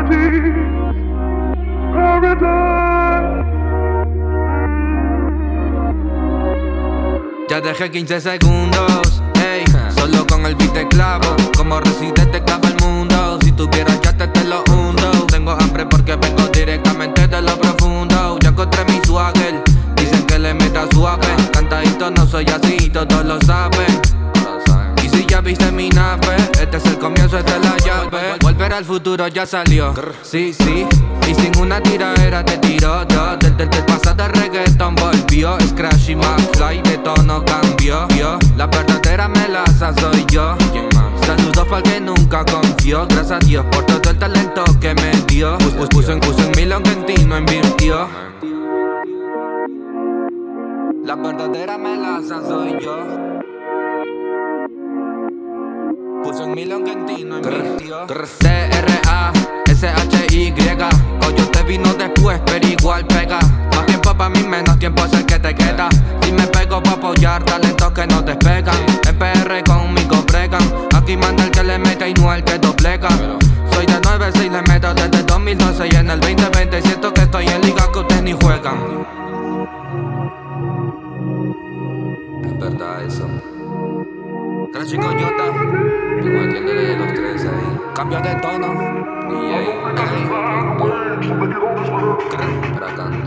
Ya dejé 15 segundos, ey, solo con el beat te clavo. Como residente clava el mundo. Si tuvieras ya te lo hundo. Tengo hambre porque vengo directamente de lo profundo. Ya encontré mi swagger, dicen que le meta suave. Cantadito no soy así, todos lo saben. Y si ya viste mi nave, este es el comienzo, esta es la llave. Volver al futuro ya salió, sí, sí. Y sin una tiradera te tiró dos. Del pasado reggaeton volvió. Scratch y McFly de tono cambió. La verdadera melaza soy yo. Saludos para el que nunca confió. Gracias a Dios por todo el talento que me dio. Puso en mí lo que en ti no invirtió. La verdadera melaza soy yo. Puso en mí lo que en ti no invirtió. TRASHY. Coyote vino después, pero igual pega. Más tiempo pa' mí, menos tiempo es el que te queda. Si me pego pa' apoyar talentos que no despegan. En PR conmigo bregan. Aquí manda el que le mete y no el que doblega. Soy de 9-6, le meto desde 2012 y en el 2020 siento que estoy en liga que ustedes ni juegan. Es verdad eso. Crash y Coyota, igual entiéndele de los tres ahí. Cambio de tono, DJ, para cantar.